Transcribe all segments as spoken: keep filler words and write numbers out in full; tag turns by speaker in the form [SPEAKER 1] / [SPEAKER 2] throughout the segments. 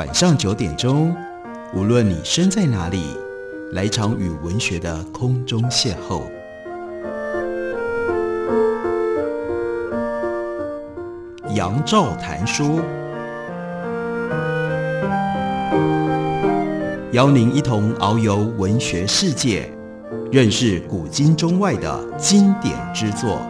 [SPEAKER 1] 晚上九点钟，无论你身在哪里，来一场与文学的空中邂逅。杨照谈书，邀您一同遨游文学世界，认识古今中外的经典之作。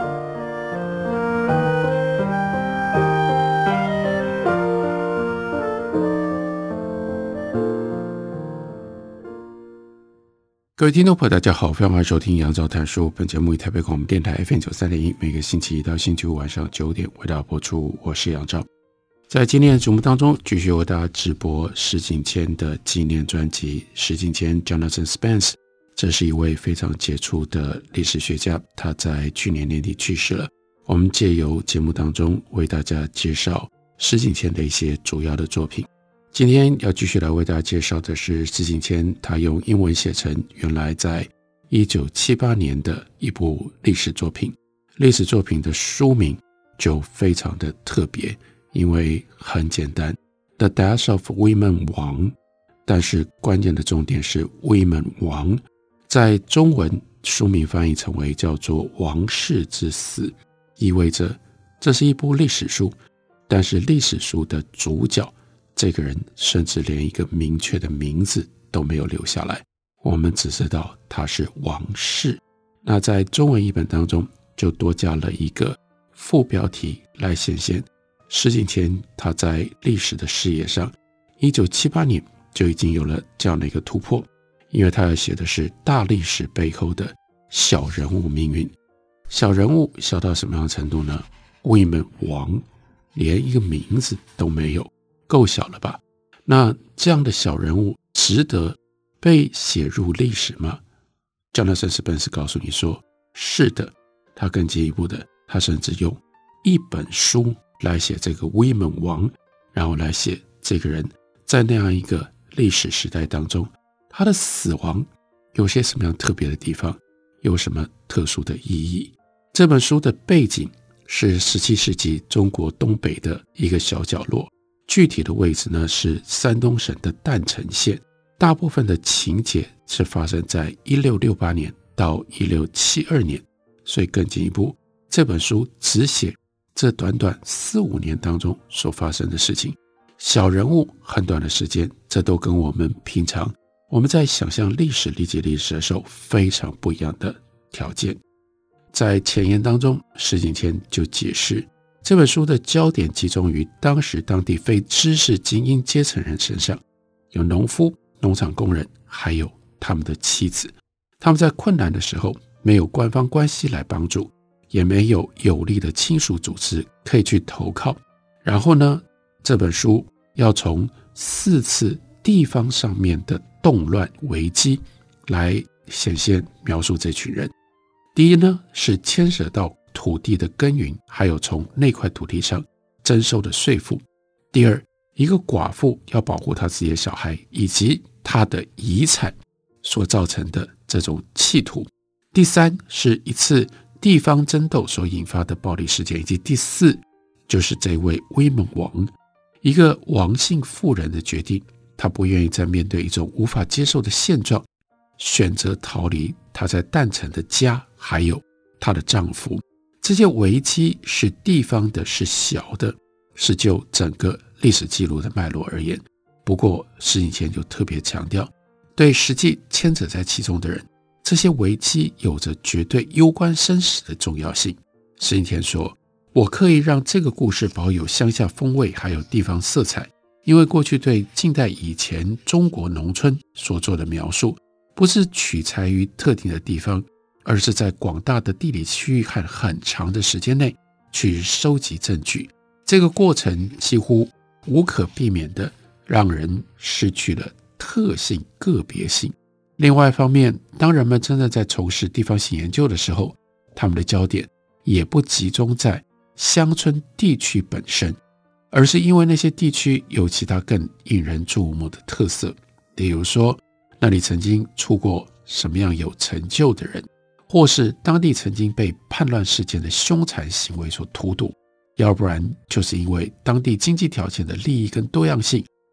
[SPEAKER 2] 各位听众朋友大家好，非常欢迎收听杨照谈书。本节目以台北广播电台 F M 九三点一，每个星期一到星期五晚上九点为大家播出。我是杨照。在今天的节目当中，继续为大家直播石景谦的纪念专辑。石景谦 Jonathan Spence， 这是一位非常杰出的历史学家，他在去年年底去世了。我们借由节目当中为大家介绍石景谦的一些主要的作品。今天要继续来为大家介绍的是石景谦，他用英文写成原来在一九七八年的一部历史作品。历史作品的书名就非常的特别，因为很简单 The Death of Women 王，但是关键的重点是 Women 王，在中文书名翻译成为叫做王室之死，意味着这是一部历史书，但是历史书的主角这个人甚至连一个明确的名字都没有留下来，我们只知道他是王室。那在中文译本当中就多加了一个副标题来显现石景谦他在历史的视野上一九七八年就已经有了这样的一个突破，因为他要写的是大历史背后的小人物命运。小人物小到什么样的程度呢？Women 王连一个名字都没有，够小了吧？那这样的小人物值得被写入历史吗？ Jonathan Spence 告诉你说是的。他更进一步的，他甚至用一本书来写这个 Women 王，然后来写这个人在那样一个历史时代当中，他的死亡有些什么样特别的地方，有什么特殊的意义。这本书的背景是十七世纪中国东北的一个小角落，具体的位置呢是山东省的诞城县，大部分的情节是发生在一六六八年到一六七二年，所以更进一步，这本书只写这短短四五年当中所发生的事情，小人物很短的时间，这都跟我们平常我们在想象历史理解历史的时候非常不一样的条件。在前言当中，石景谦就解释这本书的焦点集中于当时当地非知识精英阶层人身上，有农夫、农场工人，还有他们的妻子。他们在困难的时候没有官方关系来帮助，也没有有力的亲属组织可以去投靠。然后呢，这本书要从四次地方上面的动乱危机来显现描述这群人。第一呢，是牵涉到土地的耕耘，还有从那块土地上征收的税赋。第二，一个寡妇要保护她自己的小孩以及她的遗产所造成的这种企图。第三，是一次地方争斗所引发的暴力事件，以及第四，就是这位Women王，一个王姓妇人的决定，她不愿意再面对一种无法接受的现状，选择逃离她在诞城的家，还有她的丈夫。这些危机是地方的，是小的，是就整个历史记录的脉络而言。不过石景谦就特别强调，对实际牵扯在其中的人，这些危机有着绝对攸关生死的重要性。石景谦说，我刻意让这个故事保有乡下风味，还有地方色彩，因为过去对近代以前中国农村所做的描述，不是取材于特定的地方，而是在广大的地理区域和很长的时间内去收集证据。这个过程几乎无可避免的让人失去了特性个别性。另外一方面，当人们真的在从事地方性研究的时候，他们的焦点也不集中在乡村地区本身，而是因为那些地区有其他更引人注目的特色，例如说那里曾经出过什么样有成就的人，或是当地曾经被叛乱事件的凶残行为所荼毒，要不然就是因为当地经济条件的利益跟多样性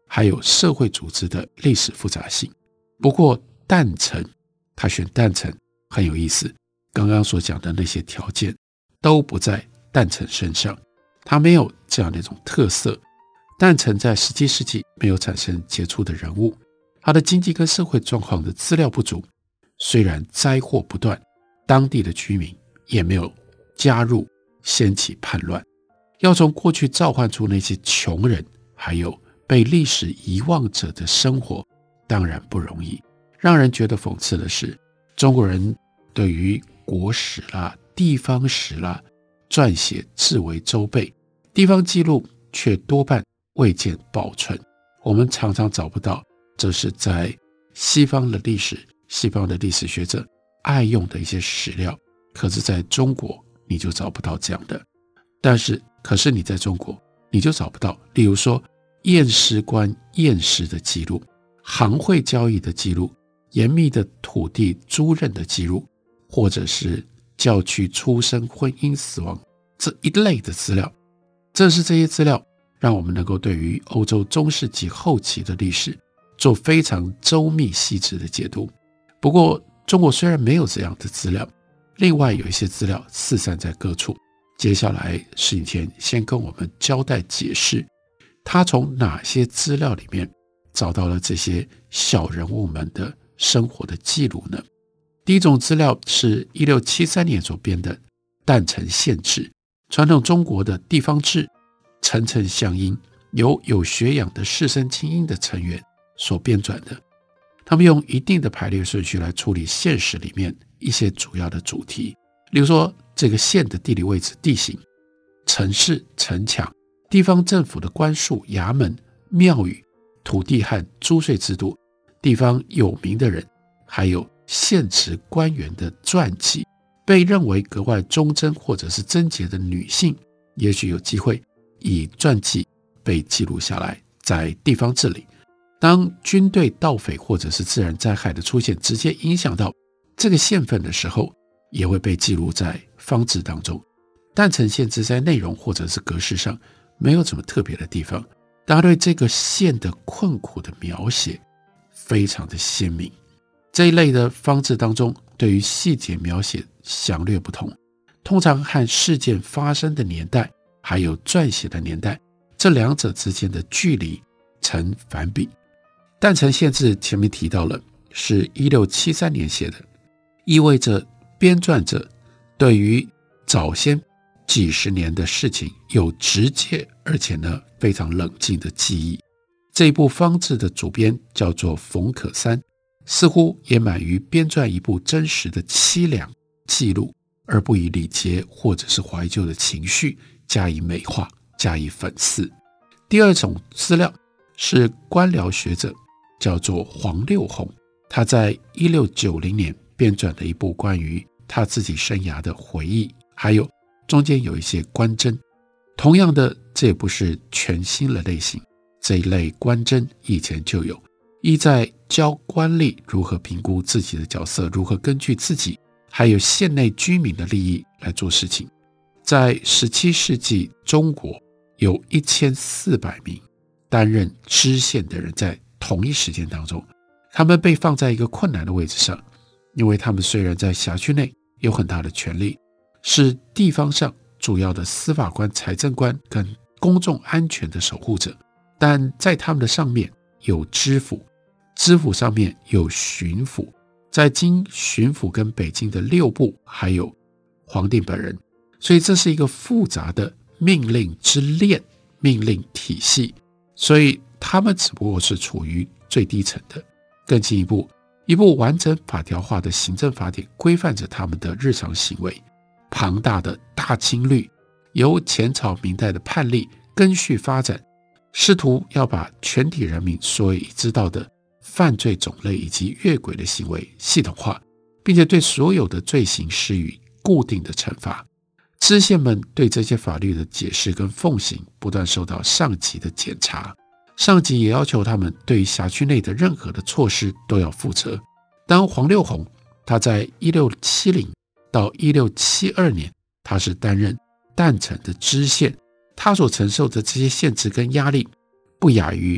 [SPEAKER 2] 还有社会组织的历史复杂性。不过诞辰，他选诞辰很有意思，刚刚所讲的那些条件都不在诞辰身上，他没有这样的一种特色。诞辰在十七世纪没有产生杰出的人物，他的经济跟社会状况的资料不足，虽然灾祸不断，当地的居民也没有加入掀起叛乱。要从过去召唤出那些穷人还有被历史遗忘者的生活，当然不容易。让人觉得讽刺的是，中国人对于国史啦、地方史啦撰写至为周备，地方记录却多半未见保存。我们常常找不到这是在西方的历史西方的历史学者爱用的一些史料，可是在中国你就找不到这样的。但是可是你在中国你就找不到，例如说验尸官验尸的记录，行会交易的记录，严密的土地租赁的记录，或者是教区出生、婚姻、死亡这一类的资料。正是这些资料让我们能够对于欧洲中世纪后期的历史做非常周密细致的解读。不过中国虽然没有这样的资料，另外有一些资料四散在各处。接下来石景天先跟我们交代解释，他从哪些资料里面找到了这些小人物们的生活的记录呢？第一种资料是一六七三年所编的诞辰县志，传统中国的地方志，层层相因，由有学养的士绅精英的成员所编纂的。他们用一定的排列顺序来处理县史里面一些主要的主题，例如说这个县的地理位置、地形、城市、城墙、地方政府的官署、衙门、庙宇、土地和租税制度、地方有名的人，还有县职官员的传记。被认为格外忠贞或者是贞洁的女性，也许有机会以传记被记录下来，在地方治理。当军队盗匪或者是自然灾害的出现直接影响到这个县份的时候，也会被记录在方志当中。诞辰县志在内容或者是格式上没有什么特别的地方，但他对这个县的困苦的描写非常的鲜明。这一类的方志当中，对于细节描写详略不同，通常和事件发生的年代还有撰写的年代这两者之间的距离成反比。诞辰县志前面提到了是一六七三年写的，意味着编撰者对于早先几十年的事情有直接而且呢非常冷静的记忆。这一部方志的主编叫做冯可三，似乎也满于编撰一部真实的凄凉记录，而不以礼节或者是怀旧的情绪加以美化、加以粉饰。第二种资料是官僚学者，叫做黄六宏，他在一六九零年编撰的一部关于他自己生涯的回忆，还有中间有一些官箴。同样的，这也不是全新的类型，这一类官箴以前就有，意在教官吏如何评估自己的角色，如何根据自己还有县内居民的利益来做事情。在十七世纪中国，有一千四百名担任知县的人，在同一时间当中，他们被放在一个困难的位置上，因为他们虽然在辖区内有很大的权力，是地方上主要的司法官、财政官跟公众安全的守护者，但在他们的上面有知府，知府上面有巡抚，在经巡抚跟北京的六部，还有皇帝本人，所以这是一个复杂的命令之链、命令体系，所以他们只不过是处于最低层的。更进一步，一部完整法条化的行政法典规范着他们的日常行为。庞大的大清律由前朝明代的判例根续发展，试图要把全体人民所已知道的犯罪种类以及越轨的行为系统化，并且对所有的罪行施予固定的惩罚。知县们对这些法律的解释跟奉行不断受到上级的检查，上级也要求他们对辖区内的任何的措施都要负责。当黄六宏他在一六七零到一六七二年，他是担任诞辰的知县，他所承受的这些限制跟压力不亚于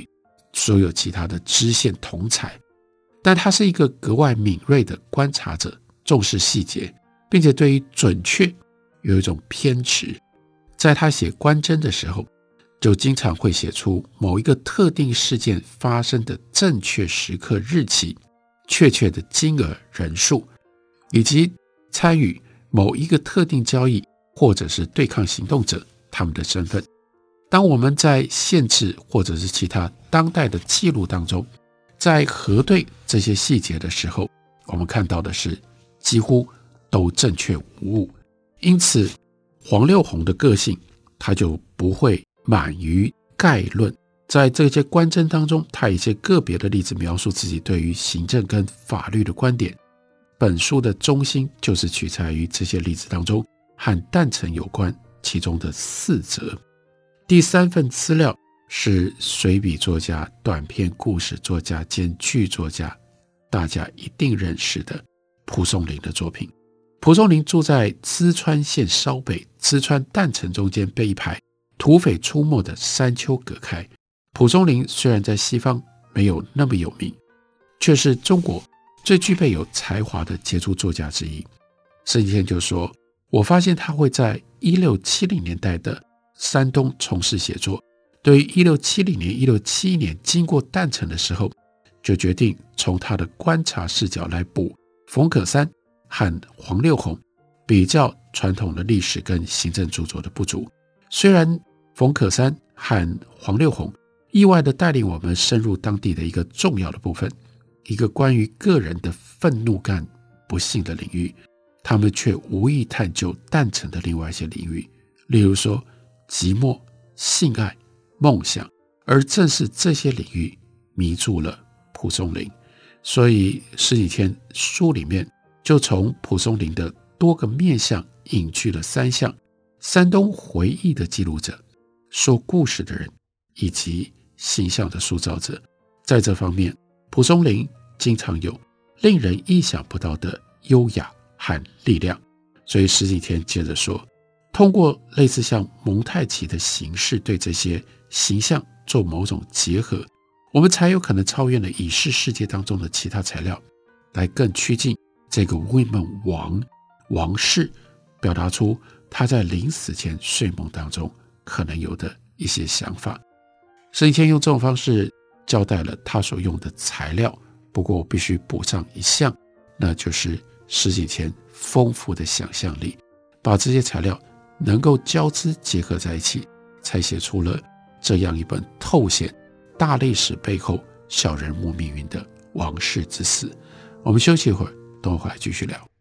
[SPEAKER 2] 所有其他的支线同才，但他是一个格外敏锐的观察者，重视细节，并且对于准确有一种偏执。在他写观侦的时候，就经常会写出某一个特定事件发生的正确时刻日期、确切的金额人数，以及参与某一个特定交易或者是对抗行动者他们的身份。当我们在县志或者是其他当代的记录当中，在核对这些细节的时候，我们看到的是几乎都正确无误。因此黄六红的个性，他就不会满于概论。在这些观侦当中，他以一些个别的例子描述自己对于行政跟法律的观点。本书的中心就是取材于这些例子当中和诞辰有关其中的四则。第三份资料是随笔作家、短篇故事作家兼剧作家，大家一定认识的蒲松龄的作品。蒲松龄住在淄川县稍北，淄川淡城中间被一排土匪出没的山丘隔开。蒲松龄虽然在西方没有那么有名，却是中国最具备有才华的杰出作家之一。施景谦就说，我发现他会在一六七零年代的山东从事写作，对于一六七零年、一六七一年经过淡城的时候，就决定从他的观察视角来补冯可山和黄六红比较传统的历史跟行政著作的不足。虽然冯可山和黄六红意外地带领我们深入当地的一个重要的部分，一个关于个人的愤怒感不幸的领域，他们却无意探究淡城的另外一些领域，例如说寂寞、性爱、梦想，而正是这些领域迷住了蒲松龄。所以十几天书里面就从蒲松龄的多个面向隐去了三项：山东回忆的记录者、说故事的人以及形象的塑造者。在这方面，蒲松龄经常有令人意想不到的优雅和力量。所以十几天接着说，通过类似像蒙太奇的形式对这些形象做某种结合，我们才有可能超越了已逝世界当中的其他材料，来更趋近这个 women 王王室，表达出他在临死前睡梦当中可能有的一些想法。施景谦用这种方式交代了他所用的材料，不过我必须补上一项，那就是施景谦丰富的想象力，把这些材料能够交织结合在一起，才写出了这样一本透显大历史背后小人物命运的王室之死。我们休息一会儿，等我回来继续聊。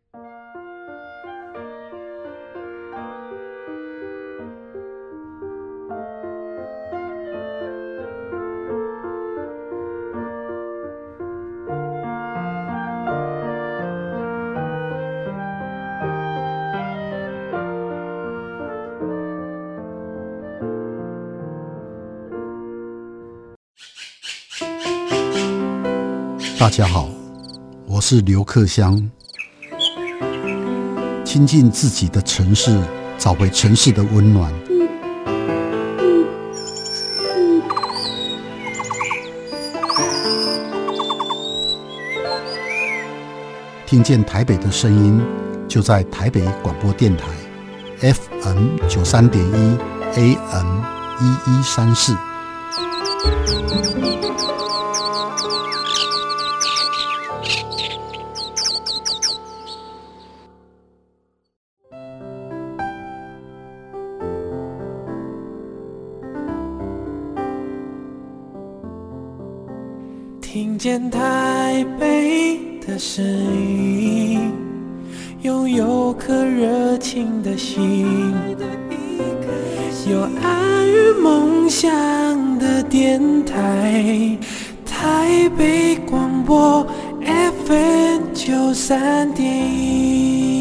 [SPEAKER 3] 大家好，我是刘克襄。亲近自己的城市，找回城市的温暖。听见台北的声音，就在台北广播电台 F M 九三点一 A M 一一三四。
[SPEAKER 4] 听见台北的声音，拥有颗热情的心，有爱与梦想的电台，台北广播 F M 九三点一。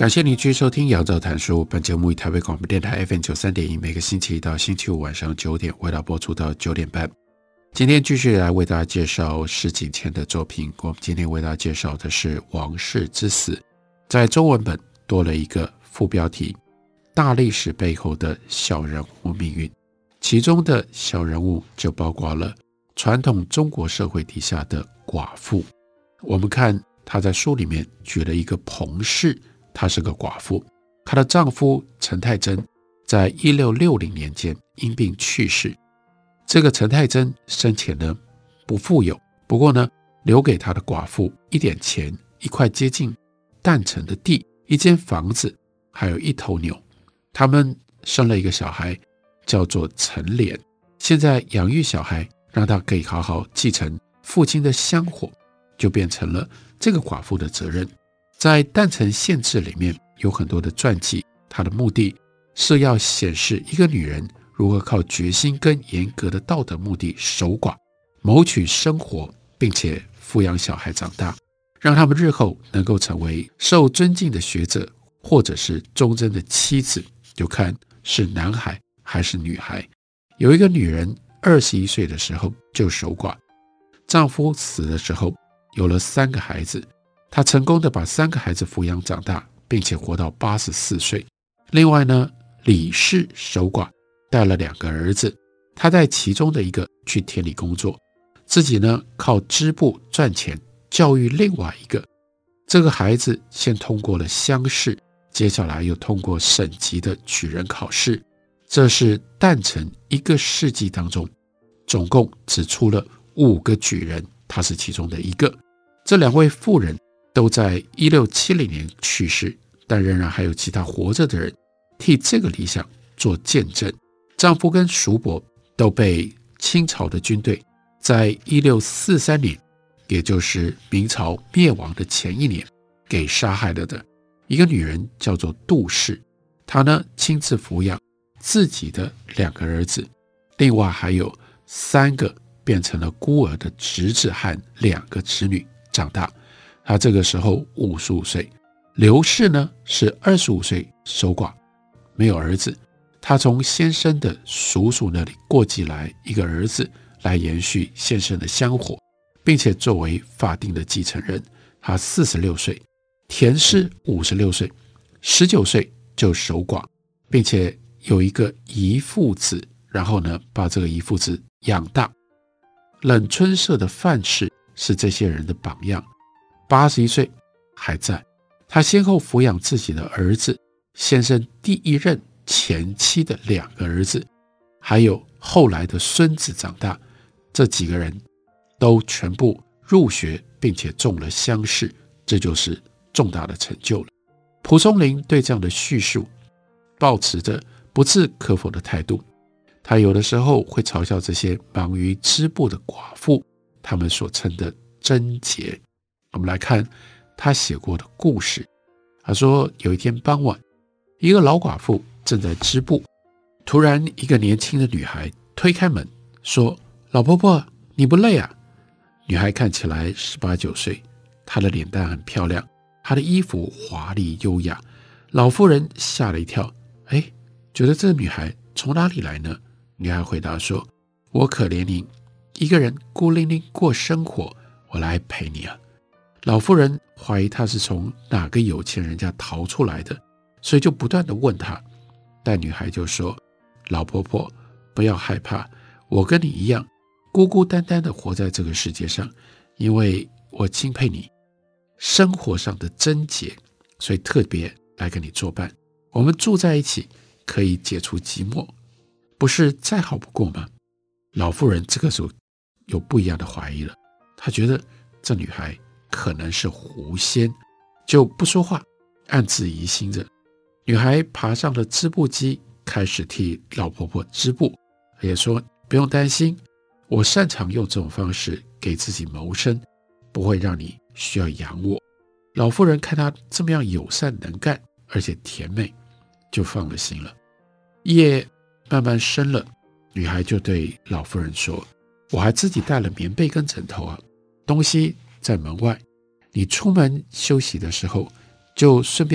[SPEAKER 2] 感谢你继续收听杨照谈书，本节目以台北广播电台 F M 九十三点一，每个星期一到星期五晚上九点为大家播出到九点半。今天继续来为大家介绍石景谦的作品，我们今天为大家介绍的是《王室之死》，在中文本多了一个副标题，大历史背后的小人物命运，其中的小人物就包括了传统中国社会底下的寡妇。我们看她在书里面举了一个彭氏，她是个寡妇，她的丈夫陈太真在一六六零年间因病去世。这个陈太真生前呢不富有，不过呢留给她的寡妇一点钱，一块接近蛋城的地，一间房子，还有一头牛。他们生了一个小孩叫做陈莲，现在养育小孩让他可以好好继承父亲的香火，就变成了这个寡妇的责任。在蛋城县志里面有很多的传记，它的目的是要显示一个女人如何靠决心跟严格的道德目的守寡，谋取生活，并且抚养小孩长大，让他们日后能够成为受尊敬的学者，或者是忠贞的妻子，就看是男孩还是女孩。有一个女人二十一岁的时候就守寡，丈夫死的时候有了三个孩子，她成功的把三个孩子抚养长大，并且活到八十四岁。另外呢，李氏守寡，带了两个儿子，她带其中的一个去田里工作，自己呢靠织布赚钱教育另外一个。这个孩子先通过了乡试，接下来又通过省级的举人考试。这是蛋城一个世纪当中总共只出了五个举人，他是其中的一个。这两位妇人都在一六七零年去世，但仍然还有其他活着的人替这个理想做见证。丈夫跟叔伯都被清朝的军队在一六四三年，也就是明朝灭亡的前一年给杀害了的。一个女人叫做杜氏，她呢亲自抚养自己的两个儿子，另外还有三个变成了孤儿的侄子和两个侄女长大。她这个时候五十五岁。刘氏呢是二十五岁守寡，没有儿子，她从先生的叔叔那里过继来一个儿子，来延续先生的香火，并且作为法定的继承人。她四十六岁。田氏五十六岁，十九岁就守寡，并且有一个遗腹子，然后呢把这个遗腹子养大。冷春社的范氏是这些人的榜样，八十一岁还在。他先后抚养自己的儿子，先生第一任前妻的两个儿子，还有后来的孙子长大。这几个人都全部入学，并且中了乡试，这就是重大的成就了。蒲松龄对这样的叙述抱持着不置可否的态度，他有的时候会嘲笑这些忙于织布的寡妇，他们所称的贞洁。我们来看他写过的故事。他说有一天傍晚，一个老寡妇正在织布，突然一个年轻的女孩推开门说，老婆婆你不累啊？女孩看起来十八九岁，她的脸蛋很漂亮，她的衣服华丽优雅。老妇人吓了一跳，哎，觉得这个女孩从哪里来呢？女孩回答说，我可怜您一个人孤零零过生活，我来陪你啊。老妇人怀疑她是从哪个有钱人家逃出来的，所以就不断地问她。但女孩就说，老婆婆不要害怕，我跟你一样孤孤单单地活在这个世界上，因为我钦佩你生活上的贞洁，所以特别来跟你作伴。我们住在一起可以解除寂寞，不是再好不过吗？老妇人这个时候有不一样的怀疑了，她觉得这女孩可能是狐仙，就不说话，暗自疑心着。女孩爬上了织布机，开始替老婆婆织布，也说不用担心，我擅长用这种方式给自己谋生，不会让你需要养我。老妇人看她这么样友善能干，而且甜美，就放了心了。夜慢慢深了，女孩就对老妇人说，我还自己带了棉被跟枕头啊，东西在门外，你出门休息的时候就顺便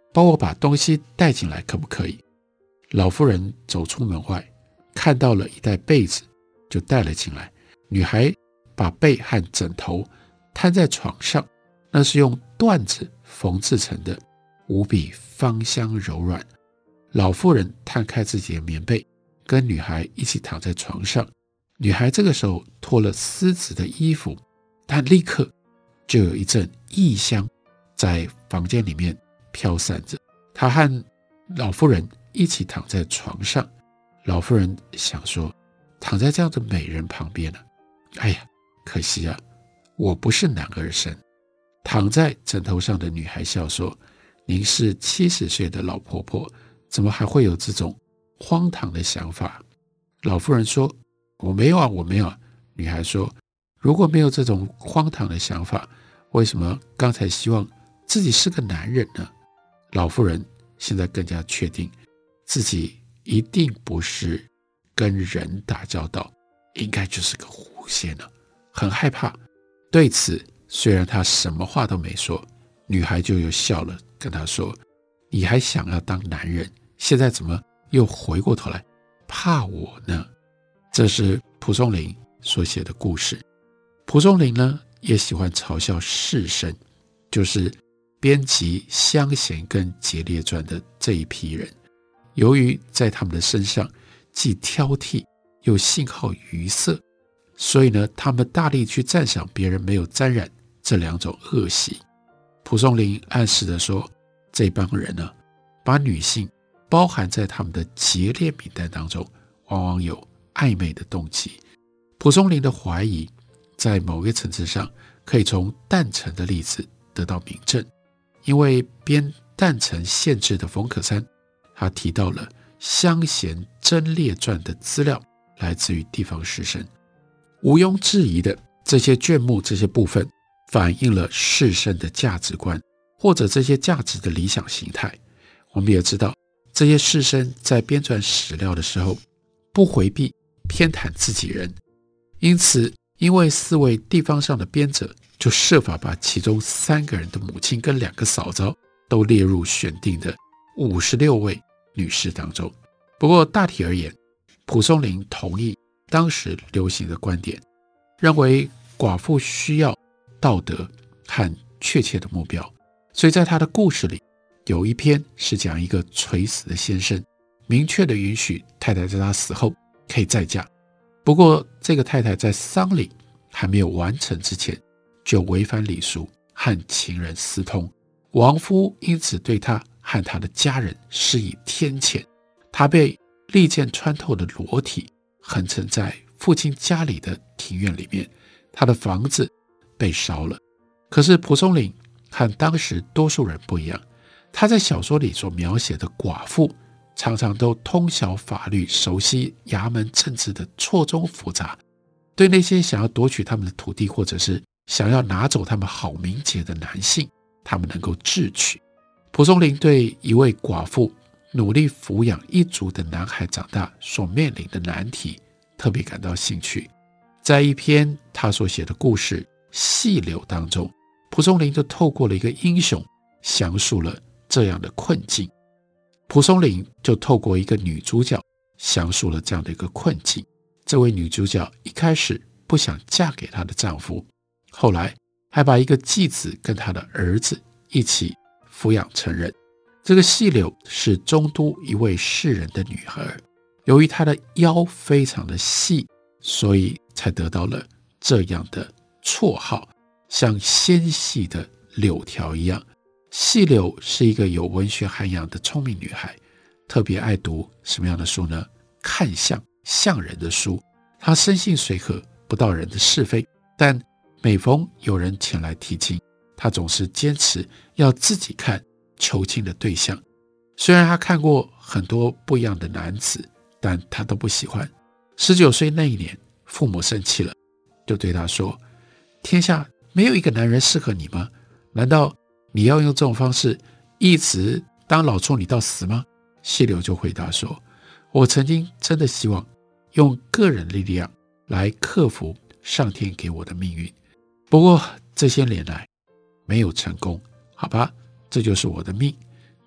[SPEAKER 2] 帮我把东西带进来可不可以？老妇人走出门外，看到了一袋被子，就带了进来。女孩把被和枕头摊在床上，那是用缎子缝制成的，无比芳香柔软。老妇人摊开自己的棉被，跟女孩一起躺在床上。女孩这个时候脱了丝质的衣服，但立刻就有一阵异香在房间里面飘散着。她和老妇人一起躺在床上，老妇人想说，躺在这样的美人旁边呢、啊，哎呀，可惜啊，我不是男儿身。躺在枕头上的女孩笑说，您是七十岁的老婆婆，怎么还会有这种荒唐的想法？老妇人说，我没有啊，我没有啊。女孩说，如果没有这种荒唐的想法，为什么刚才希望自己是个男人呢？老妇人现在更加确定自己一定不是跟人打交道，应该就是个狐仙了，很害怕。对此，虽然她什么话都没说，女孩就又笑了，跟她说，你还想要当男人，现在怎么又回过头来怕我呢？这是蒲松龄所写的故事。蒲松龄呢，也喜欢嘲笑士绅，就是编辑《湘贤》跟《节烈传》的这一批人。由于在他们的身上既挑剔又信好于色，所以呢，他们大力去赞赏别人没有沾染这两种恶习。蒲松龄暗示的说，这帮人呢，把女性包含在他们的节烈名单当中，往往有暧昧的动机。蒲松龄的怀疑在某个层次上可以从诞辰的例子得到明证，因为编诞辰县志的冯可山，他提到了《湘贤贞烈传》的资料来自于地方士绅。毋庸置疑的，这些卷目这些部分反映了士绅的价值观，或者这些价值的理想形态。我们也知道，这些士绅在编纂史料的时候不回避偏袒自己人，因此因为四位地方上的编者就设法把其中三个人的母亲跟两个嫂嫂都列入选定的五十六位女士当中。不过大体而言，蒲松龄同意当时流行的观点，认为寡妇需要道德和确切的目标，所以在他的故事里有一篇是讲一个垂死的先生明确的允许太太在他死后可以再嫁，不过这个太太在丧礼还没有完成之前就违反礼俗和情人私通，亡夫因此对他和他的家人施以天谴，他被利剑穿透的裸体横陈在父亲家里的庭院里面，他的房子被烧了。可是蒲松龄和当时多数人不一样，他在小说里所描写的寡妇常常都通晓法律，熟悉衙门政治的错综复杂，对那些想要夺取他们的土地或者是想要拿走他们好名节的男性，他们能够智取。蒲松龄对一位寡妇努力抚养一族的男孩长大所面临的难题特别感到兴趣。在一篇他所写的故事《细柳》当中，蒲松龄就透过了一个英雄详述了这样的困境。蒲松龄就透过一个女主角详述了这样的一个困境。这位女主角一开始不想嫁给她的丈夫，后来还把一个继子跟她的儿子一起抚养成人。这个细柳是中都一位士人的女儿，由于她的腰非常的细，所以才得到了这样的绰号，像纤细的柳条一样。细柳是一个有文学涵养的聪明女孩，特别爱读什么样的书呢？看相相人的书。她生性随和，不道人的是非，但每逢有人前来提亲，她总是坚持要自己看求亲的对象。虽然她看过很多不一样的男子，但她都不喜欢。十九岁那一年，父母生气了，就对她说，天下没有一个男人适合你吗？难道你要用这种方式一直当老处女到死吗？细柳就回答说，我曾经真的希望用个人力量来克服上天给我的命运，不过这些年来没有成功，好吧，这就是我的命。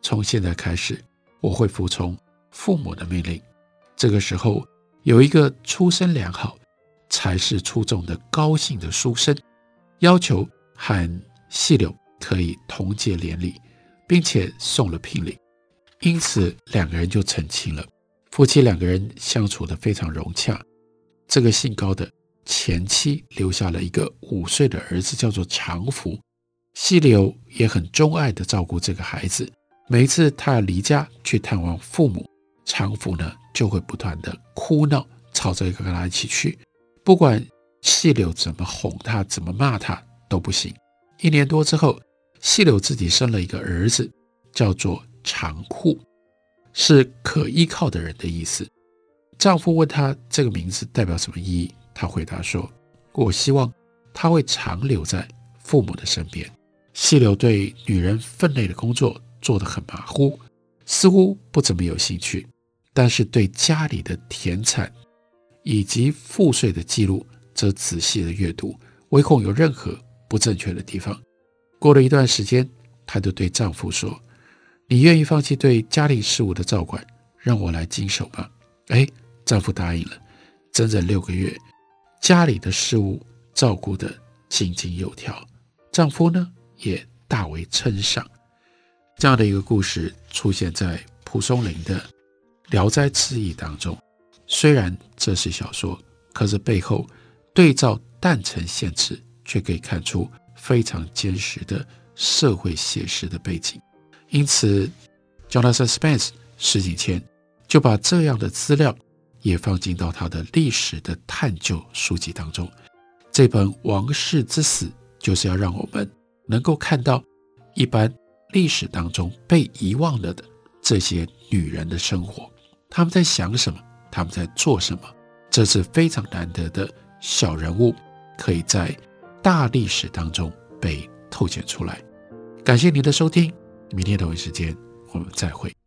[SPEAKER 2] 从现在开始，我会服从父母的命令。这个时候，有一个出身良好、才识出众的高兴的书生，要求和细柳可以同届连理，并且送了聘礼。因此两个人就成亲了。夫妻两个人相处得非常融洽。这个姓高的前妻留下了一个五岁的儿子，叫做长福。细柳也很钟爱地照顾这个孩子。每一次他要离家去探望父母，长福呢就会不断地哭闹，吵着跟他一起去。不管细柳怎么哄他，怎么骂他都不行。一年多之后，细柳自己生了一个儿子，叫做长库，是可依靠的人的意思。丈夫问她这个名字代表什么意义，她回答说，我希望他会长留在父母的身边。细柳对女人分内的工作做得很马虎，似乎不怎么有兴趣，但是对家里的田产以及赋税的记录则仔细的阅读，唯恐有任何不正确的地方。过了一段时间，她就对丈夫说，你愿意放弃对家庭事务的照管，让我来经手吗？哎，丈夫答应了。整整六个月，家里的事务照顾得井井有条，丈夫呢也大为称赏。这样的一个故事出现在蒲松龄的《聊斋志异》当中。虽然这是小说，可是背后对照诞辰县志，却可以看出非常坚实的社会写实的背景。因此 Jonathan Spence 石景谦就把这样的资料也放进到他的历史的探究书籍当中。这本《王室之死》就是要让我们能够看到一般历史当中被遗忘了的这些女人的生活，她们在想什么，她们在做什么。这是非常难得的小人物可以在大历史当中被透显出来。感谢您的收听，明天同一时间我们再会。